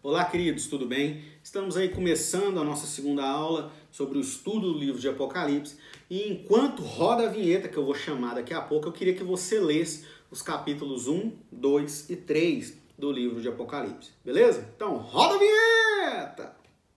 Olá, queridos, tudo bem? Estamos aí começando a nossa segunda aula sobre o estudo do livro de Apocalipse e enquanto roda a vinheta, que eu vou chamar daqui a pouco, eu queria que você lesse os capítulos 1, 2 e 3 do livro de Apocalipse, beleza? Então, roda a vinheta!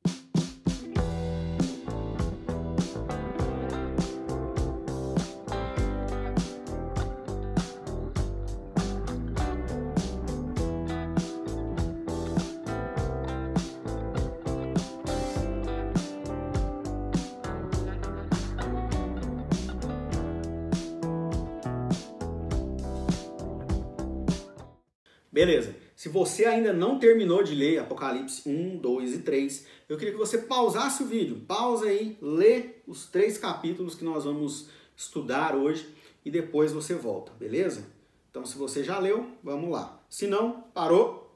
Beleza, se você ainda não terminou de ler Apocalipse 1, 2 e 3, eu queria que você pausasse o vídeo. Pausa aí, lê os 3 capítulos que nós vamos estudar hoje e depois você volta, beleza? Então se você já leu, vamos lá. Se não, parou.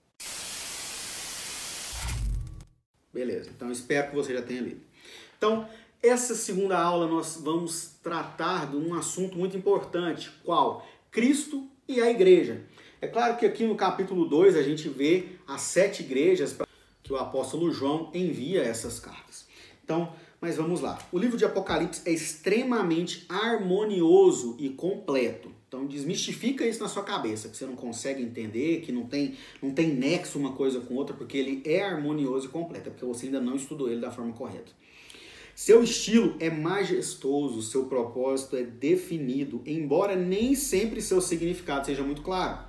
Beleza, então espero que você já tenha lido. Então, essa segunda aula nós vamos tratar de um assunto muito importante. Qual? Cristo e a igreja. É claro que aqui no capítulo 2 a gente vê as 7 igrejas que o apóstolo João envia essas cartas. Então, mas vamos lá. O livro de Apocalipse é extremamente harmonioso e completo. Então desmistifica isso na sua cabeça, que você não consegue entender, que não tem nexo uma coisa com outra, porque ele é harmonioso e completo, porque você ainda não estudou ele da forma correta. Seu estilo é majestoso, seu propósito é definido, embora nem sempre seu significado seja muito claro.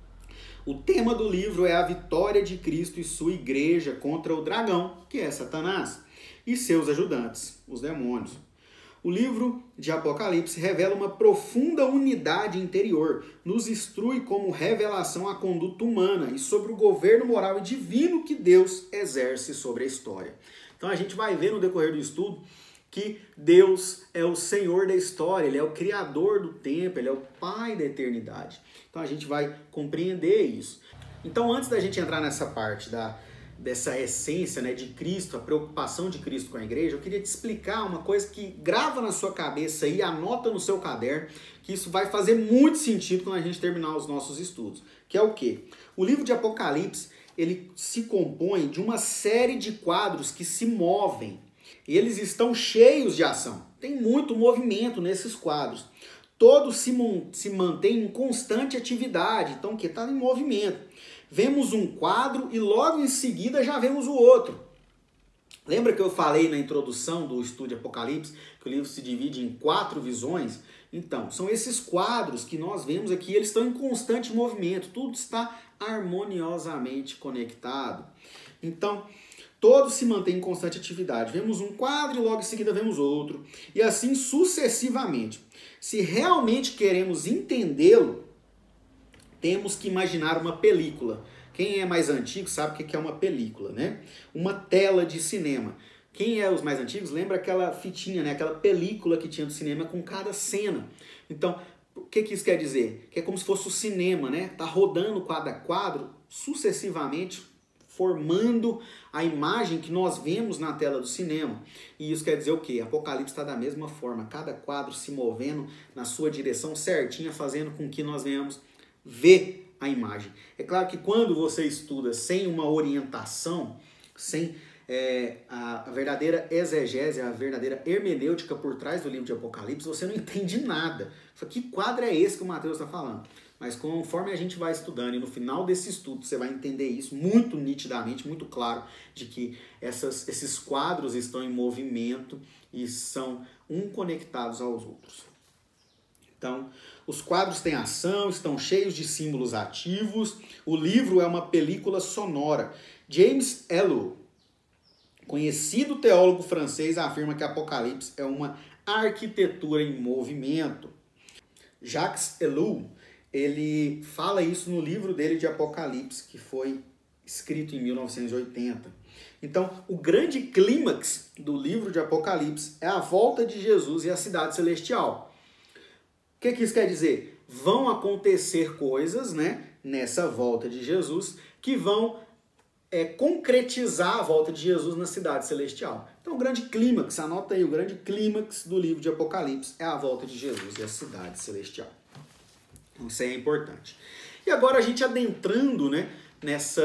O tema do livro é a vitória de Cristo e sua igreja contra o dragão, que é Satanás, e seus ajudantes, os demônios. O livro de Apocalipse revela uma profunda unidade interior, nos instrui como revelação à conduta humana e sobre o governo moral e divino que Deus exerce sobre a história. Então a gente vai ver no decorrer do estudo que Deus é o Senhor da história, Ele é o Criador do tempo, Ele é o Pai da eternidade. Então a gente vai compreender isso. Então antes da gente entrar nessa parte dessa essência, né, de Cristo, a preocupação de Cristo com a igreja, eu queria te explicar uma coisa que grava na sua cabeça e anota no seu caderno, que isso vai fazer muito sentido quando a gente terminar os nossos estudos. Que é o quê? O livro de Apocalipse, ele se compõe de uma série de quadros que se movem. Eles estão cheios de ação. Tem muito movimento nesses quadros. Todos se mantêm em constante atividade, então que está em movimento. Vemos um quadro e logo em seguida já vemos o outro. Lembra que eu falei na introdução do estudo de Apocalipse que o livro se divide em 4 visões? Então, são esses quadros que nós vemos aqui, eles estão em constante movimento, tudo está harmoniosamente conectado. Então, todos se mantêm em constante atividade. Vemos um quadro e logo em seguida vemos outro. E assim sucessivamente. Se realmente queremos entendê-lo, temos que imaginar uma película. Quem é mais antigo sabe o que é uma película, né? Uma tela de cinema. Quem é os mais antigos lembra aquela fitinha, né? Aquela película que tinha do cinema com cada cena. Então, o que isso quer dizer? Que é como se fosse o cinema, né? Tá rodando cada quadro sucessivamente, formando a imagem que nós vemos na tela do cinema. E isso quer dizer o quê? Apocalipse está da mesma forma, cada quadro se movendo na sua direção certinha, fazendo com que nós venhamos ver a imagem. É claro que quando você estuda sem uma orientação, sem a verdadeira exegese, a verdadeira hermenêutica por trás do livro de Apocalipse, você não entende nada. Que quadro é esse que o Mateus está falando? Mas conforme a gente vai estudando e no final desse estudo você vai entender isso muito nitidamente, muito claro, de que esses quadros estão em movimento e são conectados aos outros. Então, os quadros têm ação, estão cheios de símbolos ativos. O livro é uma película sonora. James Ellul, conhecido teólogo francês, afirma que Apocalipse é uma arquitetura em movimento. Jacques Ellul, ele fala isso no livro dele de Apocalipse, que foi escrito em 1980. Então, o grande clímax do livro de Apocalipse é a volta de Jesus e a cidade celestial. O que isso quer dizer? Vão acontecer coisas, né, nessa volta de Jesus que vão concretizar a volta de Jesus na cidade celestial. Então o grande clímax, anota aí, o grande clímax do livro de Apocalipse é a volta de Jesus e a cidade celestial. Então isso aí é importante. E agora a gente adentrando, né, nessa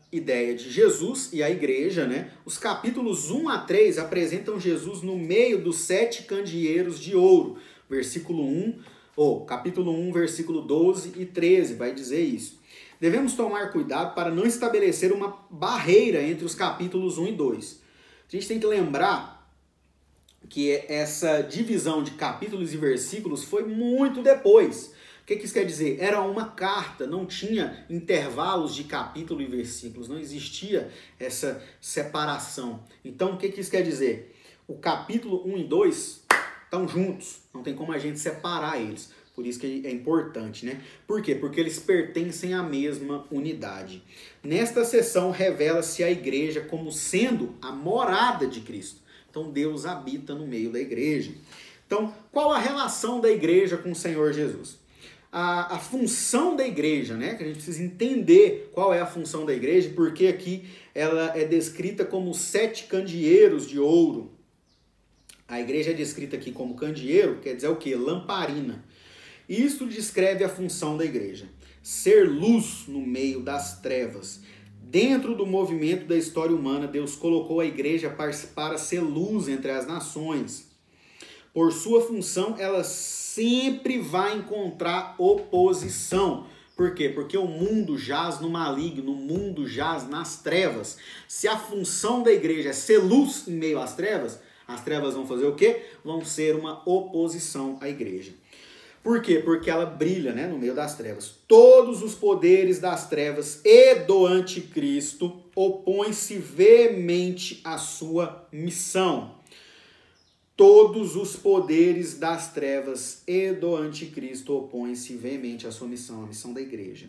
ideia de Jesus e a igreja, né? Os capítulos 1 a 3 apresentam Jesus no meio dos 7 candeeiros de ouro. Versículo 1, capítulo 1, versículo 12 e 13 vai dizer isso. Devemos tomar cuidado para não estabelecer uma barreira entre os capítulos 1 e 2. A gente tem que lembrar que essa divisão de capítulos e versículos foi muito depois. O que isso quer dizer? Era uma carta, não tinha intervalos de capítulo e versículos, não existia essa separação. Então, o que isso quer dizer? O capítulo 1 e 2 estão juntos, não tem como a gente separar eles. Por isso que é importante, né? Por quê? Porque eles pertencem à mesma unidade. Nesta sessão, revela-se a igreja como sendo a morada de Cristo. Então, Deus habita no meio da igreja. Então, qual a relação da igreja com o Senhor Jesus? A função da igreja, né? Que a gente precisa entender qual é a função da igreja, porque aqui ela é descrita como 7 candeeiros de ouro. A igreja é descrita aqui como candeeiro, quer dizer o quê? Lamparina. Isso descreve a função da igreja. Ser luz no meio das trevas. Dentro do movimento da história humana, Deus colocou a igreja para ser luz entre as nações. Por sua função, ela sempre vai encontrar oposição. Por quê? Porque o mundo jaz no maligno, o mundo jaz nas trevas. Se a função da igreja é ser luz em meio às trevas vão fazer o quê? Vão ser uma oposição à igreja. Por quê? Porque ela brilha, né, no meio das trevas. Todos os poderes das trevas e do anticristo opõem-se veemente à sua missão. Todos os poderes das trevas e do anticristo opõem-se veemente à sua missão, a missão da igreja.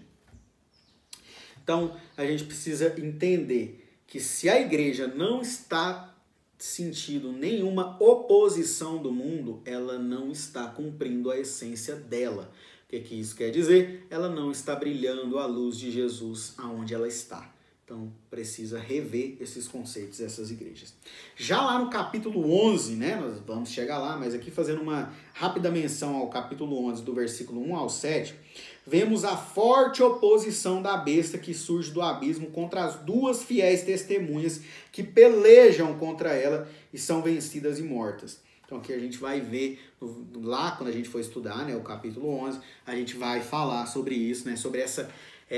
Então, a gente precisa entender que se a igreja não está sentindo nenhuma oposição do mundo, ela não está cumprindo a essência dela. O que isso quer dizer? Ela não está brilhando a luz de Jesus aonde ela está. Então, precisa rever esses conceitos, essas igrejas. Já lá no capítulo 11, né, nós vamos chegar lá, mas aqui fazendo uma rápida menção ao capítulo 11, do versículo 1 ao 7, vemos a forte oposição da besta que surge do abismo contra as 2 fiéis testemunhas que pelejam contra ela e são vencidas e mortas. Então aqui a gente vai ver, lá quando a gente for estudar, né, o capítulo 11, a gente vai falar sobre isso, né, sobre essa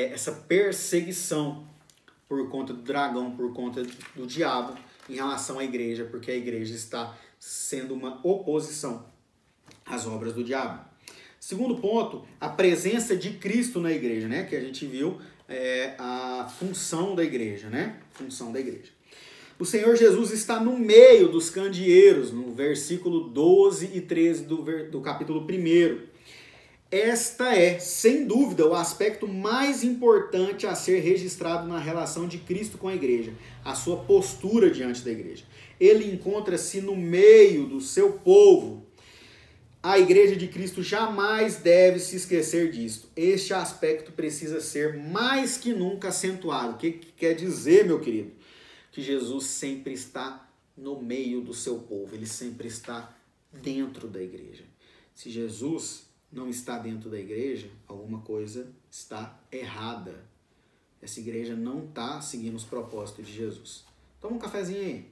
perseguição por conta do dragão, por conta do diabo em relação à igreja, porque a igreja está sendo uma oposição às obras do diabo. Segundo ponto, a presença de Cristo na igreja, né? Que a gente viu a função da igreja, né? Função da igreja. O Senhor Jesus está no meio dos candeeiros, no versículo 12 e 13 do capítulo 1. Esta é, sem dúvida, o aspecto mais importante a ser registrado na relação de Cristo com a igreja, a sua postura diante da igreja. Ele encontra-se no meio do seu povo. A igreja de Cristo jamais deve se esquecer disso. Este aspecto precisa ser mais que nunca acentuado. O que quer dizer, meu querido? Que Jesus sempre está no meio do seu povo, ele sempre está dentro da igreja. Se Jesus não está dentro da igreja, alguma coisa está errada. Essa igreja não está seguindo os propósitos de Jesus. Toma um cafezinho aí.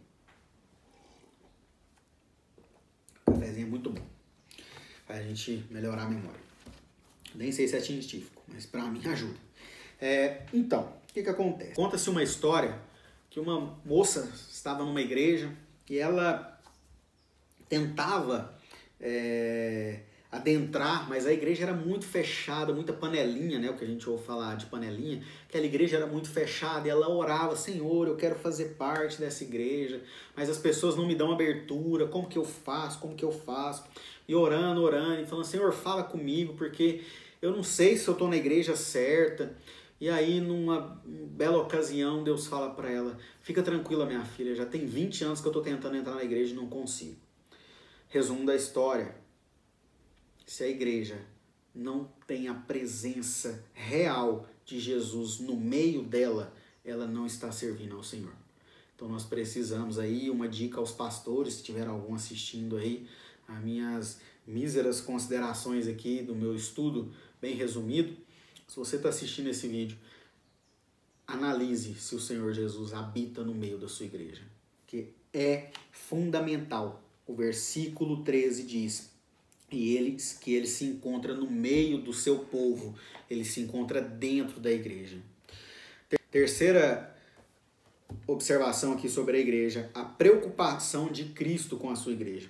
O cafezinho é muito bom. Faz a gente melhorar a memória. Nem sei se é científico, mas para mim ajuda. Então, o que acontece? Conta-se uma história que uma moça estava numa igreja e ela tentava adentrar, mas a igreja era muito fechada, muita panelinha, né? O que a gente ouve falar de panelinha. Aquela igreja era muito fechada e ela orava: Senhor, eu quero fazer parte dessa igreja, mas as pessoas não me dão abertura, como que eu faço? E orando, e falando: Senhor, fala comigo, porque eu não sei se eu estou na igreja certa. E aí, numa bela ocasião, Deus fala para ela: fica tranquila, minha filha, já tem 20 anos que eu estou tentando entrar na igreja e não consigo. Resumo da história: se a igreja não tem a presença real de Jesus no meio dela, ela não está servindo ao Senhor. Então nós precisamos aí, uma dica aos pastores, se tiver algum assistindo aí, as minhas míseras considerações aqui do meu estudo, bem resumido. Se você está assistindo esse vídeo, analise se o Senhor Jesus habita no meio da sua igreja, que é fundamental. O versículo 13 diz que ele se encontra no meio do seu povo, ele se encontra dentro da igreja. Terceira observação aqui sobre a igreja, a preocupação de Cristo com a sua igreja.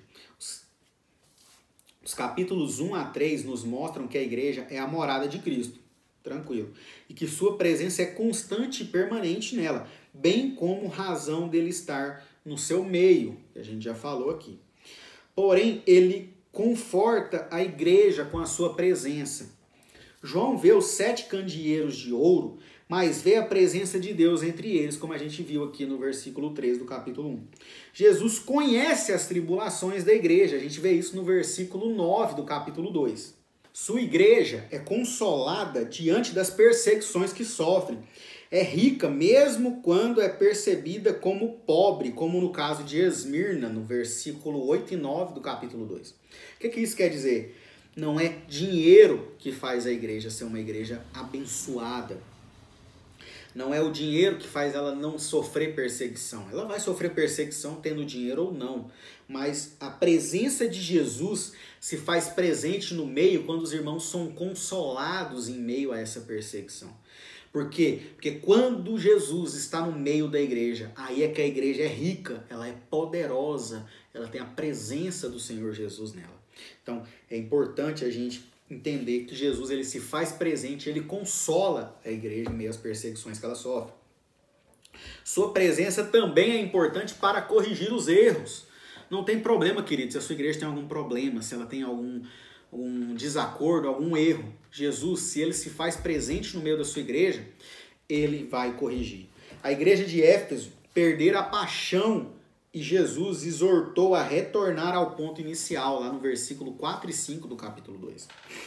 Os capítulos 1 a 3 nos mostram que a igreja é a morada de Cristo, tranquilo, e que sua presença é constante e permanente nela, bem como razão dele estar no seu meio, que a gente já falou aqui. Porém, ele conforta a igreja com a sua presença. João vê os 7 candeeiros de ouro, mas vê a presença de Deus entre eles, como a gente viu aqui no versículo 3 do capítulo 1. Jesus conhece as tribulações da igreja, a gente vê isso no versículo 9 do capítulo 2. Sua igreja é consolada diante das perseguições que sofre. É rica mesmo quando é percebida como pobre, como no caso de Esmirna, no versículo 8 e 9 do capítulo 2. O que isso quer dizer? Não é dinheiro que faz a igreja ser uma igreja abençoada. Não é o dinheiro que faz ela não sofrer perseguição. Ela vai sofrer perseguição tendo dinheiro ou não. Mas a presença de Jesus se faz presente no meio quando os irmãos são consolados em meio a essa perseguição. Por quê? Porque quando Jesus está no meio da igreja, aí é que a igreja é rica, ela é poderosa, ela tem a presença do Senhor Jesus nela. Então, é importante a gente entender que Jesus ele se faz presente, ele consola a igreja em meio às perseguições que ela sofre. Sua presença também é importante para corrigir os erros. Não tem problema, querido, se a sua igreja tem algum problema, se ela tem algum desacordo, algum erro. Jesus, se ele se faz presente no meio da sua igreja, ele vai corrigir. A igreja de Éfeso perdera a paixão e Jesus exortou a retornar ao ponto inicial, lá no versículo 4 e 5 do capítulo 2.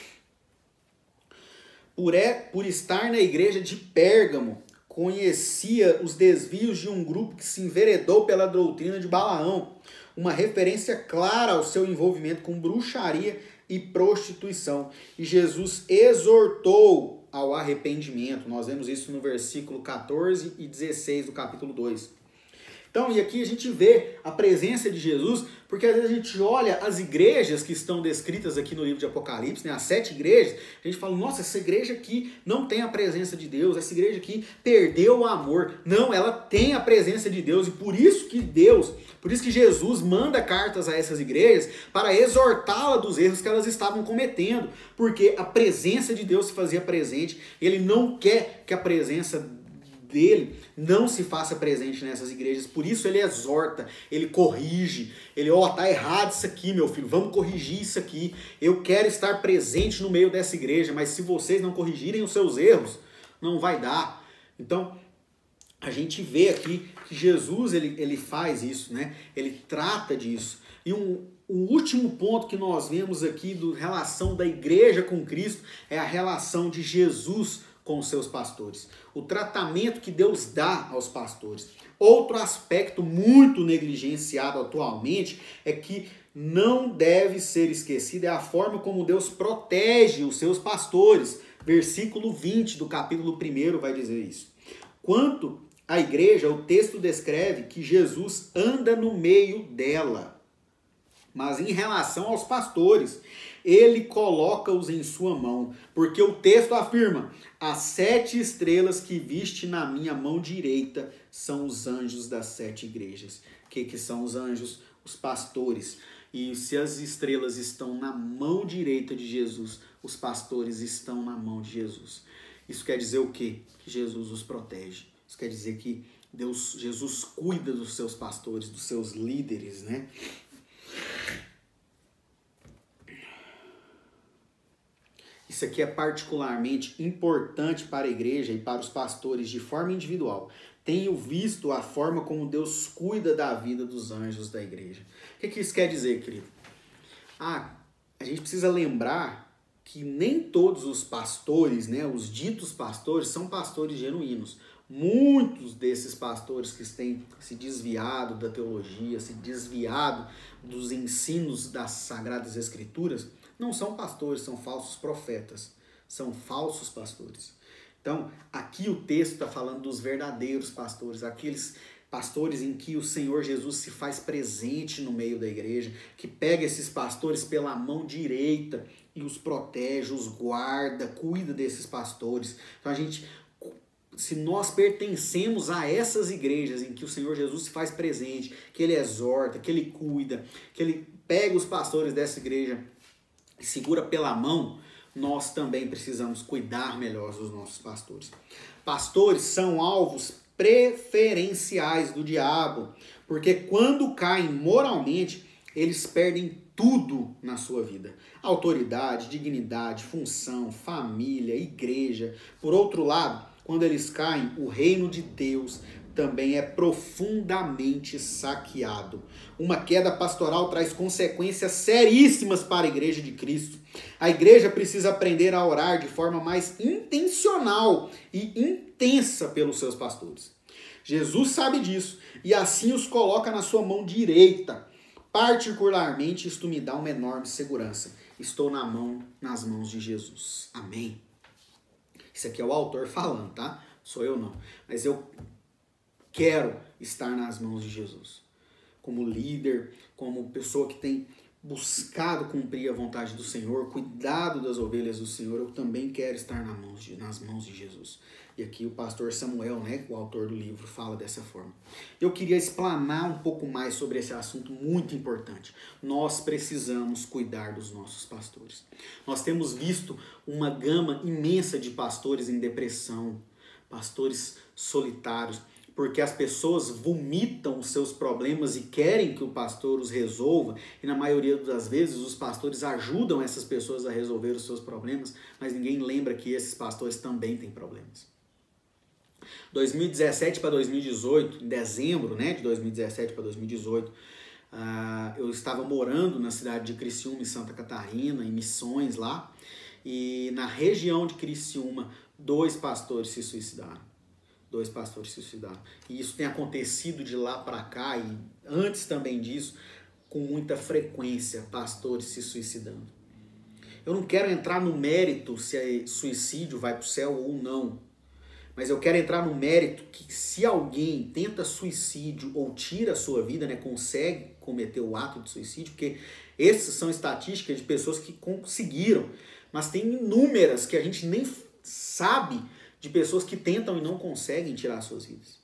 Por estar na igreja de Pérgamo, conhecia os desvios de um grupo que se enveredou pela doutrina de Balaão, uma referência clara ao seu envolvimento com bruxaria e prostituição. E Jesus exortou ao arrependimento. Nós vemos isso no versículo 14 e 16 do capítulo 2. Então, e aqui a gente vê a presença de Jesus, porque às vezes a gente olha as igrejas que estão descritas aqui no livro de Apocalipse, né, as 7 igrejas, a gente fala, nossa, essa igreja aqui não tem a presença de Deus, essa igreja aqui perdeu o amor. Não, ela tem a presença de Deus, e por isso que Jesus manda cartas a essas igrejas para exortá-la dos erros que elas estavam cometendo, porque a presença de Deus se fazia presente, ele não quer que a presença dele não se faça presente nessas igrejas, por isso ele exorta, ele corrige, ele, tá errado isso aqui, meu filho, vamos corrigir isso aqui, eu quero estar presente no meio dessa igreja, mas se vocês não corrigirem os seus erros, não vai dar. Então, a gente vê aqui que Jesus, ele faz isso, né? Ele trata disso. E o último ponto que nós vemos aqui da relação da igreja com Cristo é a relação de Jesus com os seus pastores. O tratamento que Deus dá aos pastores. Outro aspecto muito negligenciado atualmente é que não deve ser esquecido é a forma como Deus protege os seus pastores. Versículo 20 do capítulo 1 vai dizer isso. Quanto à igreja, o texto descreve que Jesus anda no meio dela. Mas em relação aos pastores, ele coloca-os em sua mão, porque o texto afirma, as 7 estrelas que viste na minha mão direita são os anjos das 7 igrejas. O que são os anjos? Os pastores. E se as estrelas estão na mão direita de Jesus, os pastores estão na mão de Jesus. Isso quer dizer o quê? Que Jesus os protege. Isso quer dizer que Jesus cuida dos seus pastores, dos seus líderes, né? Isso aqui é particularmente importante para a igreja e para os pastores de forma individual. Tenho visto a forma como Deus cuida da vida dos anjos da igreja. O que isso quer dizer, querido? A gente precisa lembrar que nem todos os pastores, né, os ditos pastores, são pastores genuínos. Muitos desses pastores que têm se desviado da teologia, se desviado dos ensinos das Sagradas Escrituras, não são pastores, são falsos profetas, são falsos pastores. Então, aqui o texto está falando dos verdadeiros pastores, aqueles pastores em que o Senhor Jesus se faz presente no meio da igreja, que pega esses pastores pela mão direita e os protege, os guarda, cuida desses pastores. Então, se nós pertencemos a essas igrejas em que o Senhor Jesus se faz presente, que Ele exorta, que Ele cuida, que Ele pega os pastores dessa igreja e segura pela mão, nós também precisamos cuidar melhor dos nossos pastores. Pastores são alvos preferenciais do diabo, porque quando caem moralmente, eles perdem tudo na sua vida. Autoridade, dignidade, função, família, igreja. Por outro lado, quando eles caem, o reino de Deus também é profundamente saqueado. Uma queda pastoral traz consequências seríssimas para a igreja de Cristo. A igreja precisa aprender a orar de forma mais intencional e intensa pelos seus pastores. Jesus sabe disso e assim os coloca na sua mão direita. Particularmente, isto me dá uma enorme segurança. Estou nas mãos de Jesus. Amém. Isso aqui é o autor falando, tá? Sou eu não. Mas eu quero estar nas mãos de Jesus. Como líder, como pessoa que tem buscado cumprir a vontade do Senhor, cuidado das ovelhas do Senhor, eu também quero estar nas mãos de Jesus. E aqui o pastor Samuel, né, o autor do livro, fala dessa forma. Eu queria explanar um pouco mais sobre esse assunto muito importante. Nós precisamos cuidar dos nossos pastores. Nós temos visto uma gama imensa de pastores em depressão, pastores solitários, porque as pessoas vomitam os seus problemas e querem que o pastor os resolva, e na maioria das vezes os pastores ajudam essas pessoas a resolver os seus problemas, mas ninguém lembra que esses pastores também têm problemas. 2017 para 2018, em dezembro, né, de 2017 para 2018, eu estava morando na cidade de Criciúma, em Santa Catarina, em Missões lá, e na região de Criciúma, 2 pastores se suicidaram. E isso tem acontecido de lá para cá, e antes também disso, com muita frequência, pastores se suicidando. Eu não quero entrar no mérito se suicídio vai para o céu ou não, mas eu quero entrar no mérito que se alguém tenta suicídio ou tira a sua vida, né, consegue cometer o ato de suicídio, porque essas são estatísticas de pessoas que conseguiram, mas tem inúmeras que a gente nem sabe, de pessoas que tentam e não conseguem tirar suas vidas.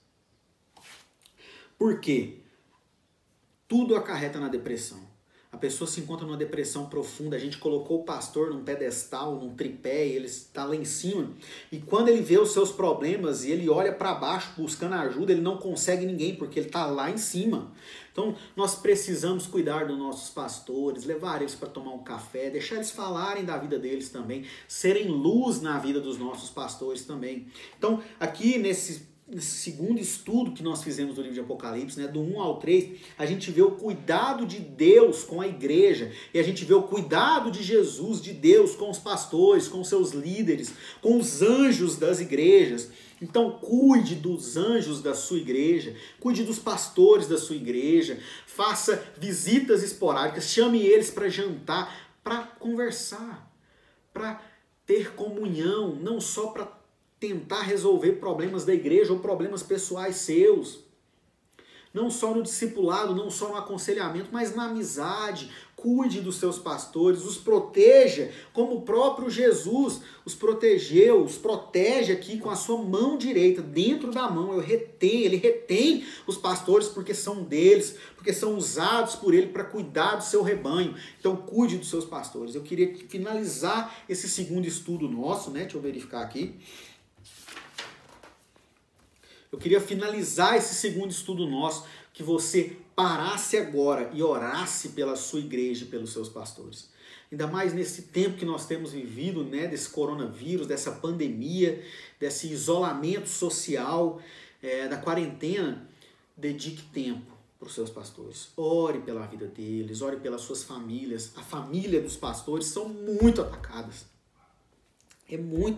Por quê? Tudo acarreta na depressão. A pessoa se encontra numa depressão profunda, a gente colocou o pastor num pedestal, num tripé, e ele está lá em cima, e quando ele vê os seus problemas e ele olha para baixo buscando ajuda, ele não consegue ninguém, porque ele está lá em cima. Então, nós precisamos cuidar dos nossos pastores, levar eles para tomar um café, deixar eles falarem da vida deles também, serem luz na vida dos nossos pastores também. Então, aqui nesse segundo estudo que nós fizemos do livro de Apocalipse, né, do 1 ao 3, a gente vê o cuidado de Deus com a igreja, e a gente vê o cuidado de Jesus, de Deus com os pastores, com seus líderes, com os anjos das igrejas. Então cuide dos anjos da sua igreja, cuide dos pastores da sua igreja, faça visitas esporádicas, chame eles para jantar, para conversar, para ter comunhão, não só para tentar resolver problemas da igreja ou problemas pessoais seus. Não só no discipulado, não só no aconselhamento, mas na amizade. Cuide dos seus pastores, os proteja, como o próprio Jesus os protegeu, os protege aqui com a sua mão direita, dentro da mão. Ele retém os pastores porque são deles, porque são usados por ele para cuidar do seu rebanho. Então cuide dos seus pastores. Eu queria finalizar esse segundo estudo nosso, né? Deixa eu verificar aqui. Eu queria finalizar esse segundo estudo nosso, que você parasse agora e orasse pela sua igreja e pelos seus pastores. Ainda mais nesse tempo que nós temos vivido, né, desse coronavírus, dessa pandemia, desse isolamento social, da quarentena. Dedique tempo para os seus pastores. Ore pela vida deles, ore pelas suas famílias. A família dos pastores são muito atacadas. É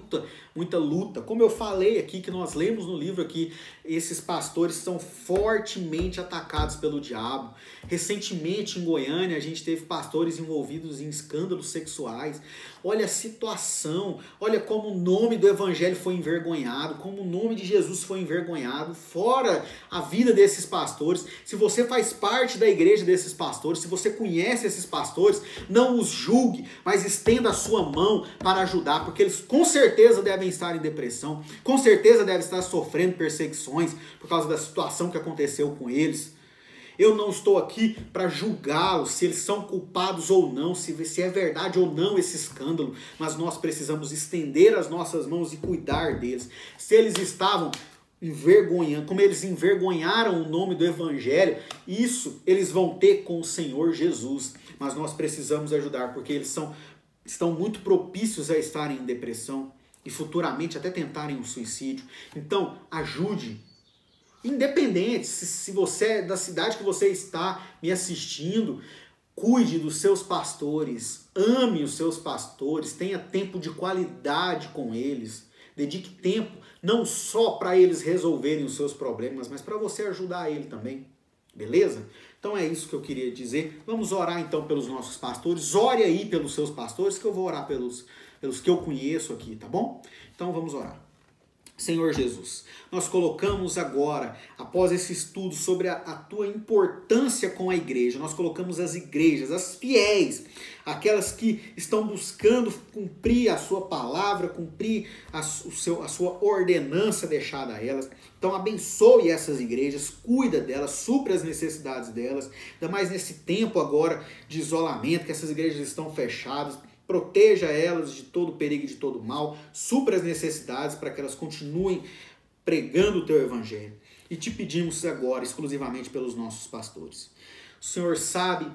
muita luta. Como eu falei aqui, que nós lemos no livro aqui, esses pastores são fortemente atacados pelo diabo. Recentemente em Goiânia, a gente teve pastores envolvidos em escândalos sexuais. Olha a situação, olha como o nome do evangelho foi envergonhado, como o nome de Jesus foi envergonhado, fora a vida desses pastores. Se você faz parte da igreja desses pastores, se você conhece esses pastores, não os julgue, mas estenda a sua mão para ajudar, porque eles com certeza devem estar em depressão, com certeza devem estar sofrendo perseguições por causa da situação que aconteceu com eles. Eu não estou aqui para julgá-los, se eles são culpados ou não, se é verdade ou não esse escândalo, mas nós precisamos estender as nossas mãos e cuidar deles. Se eles estavam envergonhando, como eles envergonharam o nome do evangelho, isso eles vão ter com o Senhor Jesus, mas nós precisamos ajudar, porque eles estão muito propícios a estarem em depressão e futuramente até tentarem um suicídio. Então, ajude. Independente se você é da cidade que você está me assistindo, cuide dos seus pastores, ame os seus pastores, tenha tempo de qualidade com eles, dedique tempo não só para eles resolverem os seus problemas, mas para você ajudar ele também, beleza? Então é isso que eu queria dizer. Vamos orar então pelos nossos pastores. Ore aí pelos seus pastores, que eu vou orar pelos que eu conheço aqui, tá bom? Então vamos orar. Senhor Jesus, nós colocamos agora, após esse estudo sobre a tua importância com a igreja, nós colocamos as igrejas, as fiéis, aquelas que estão buscando cumprir a sua palavra, cumprir a sua ordenança deixada a elas. Então abençoe essas igrejas, cuida delas, supra as necessidades delas, ainda mais nesse tempo agora de isolamento, que essas igrejas estão fechadas. Proteja elas de todo perigo e de todo mal, supra as necessidades para que elas continuem pregando o teu evangelho. E te pedimos agora, exclusivamente pelos nossos pastores. O Senhor sabe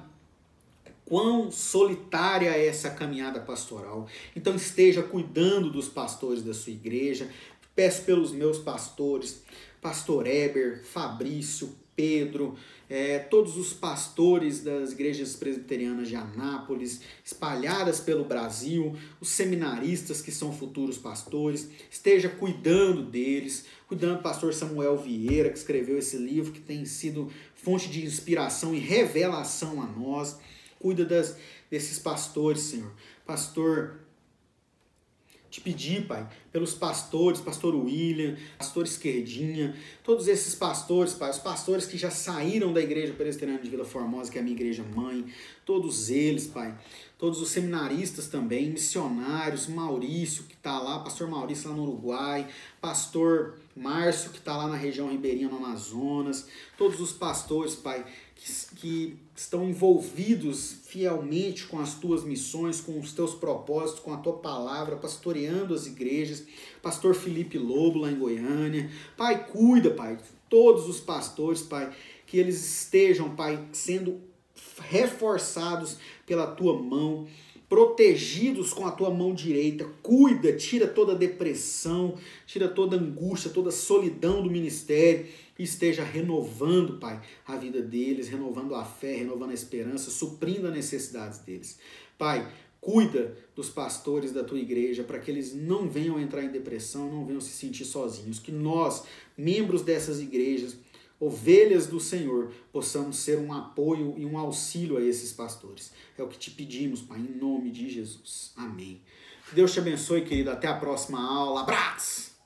quão solitária é essa caminhada pastoral. Então esteja cuidando dos pastores da sua igreja. Peço pelos meus pastores, pastor Heber, Fabrício, Pedro, todos os pastores das igrejas presbiterianas de Anápolis, espalhadas pelo Brasil, os seminaristas que são futuros pastores, esteja cuidando deles, cuidando do pastor Samuel Vieira, que escreveu esse livro, que tem sido fonte de inspiração e revelação a nós. Cuida desses pastores, Senhor. Pastor, te pedir, Pai, pelos pastores, pastor William, pastor Esquerdinha, todos esses pastores, Pai, os pastores que já saíram da igreja presbiteriana de Vila Formosa, que é a minha igreja mãe, todos eles, Pai, todos os seminaristas também, missionários, Maurício, que está lá, pastor Maurício lá no Uruguai, pastor Márcio, que está lá na região ribeirinha no Amazonas, todos os pastores, Pai, que estão envolvidos fielmente com as tuas missões, com os teus propósitos, com a tua palavra, pastoreando as igrejas, pastor Felipe Lobo lá em Goiânia. Pai, cuida, Pai, todos os pastores, Pai, que eles estejam, Pai, sendo reforçados pela tua mão, protegidos com a tua mão direita. Cuida, tira toda a depressão, tira toda a angústia, toda a solidão do ministério e esteja renovando, Pai, a vida deles, renovando a fé, renovando a esperança, suprindo as necessidades deles. Pai, cuida dos pastores da tua igreja para que eles não venham entrar em depressão, não venham se sentir sozinhos, que nós, membros dessas igrejas, ovelhas do Senhor, possamos ser um apoio e um auxílio a esses pastores. É o que te pedimos, Pai, em nome de Jesus. Amém. Deus te abençoe, querido. Até a próxima aula. Abraço!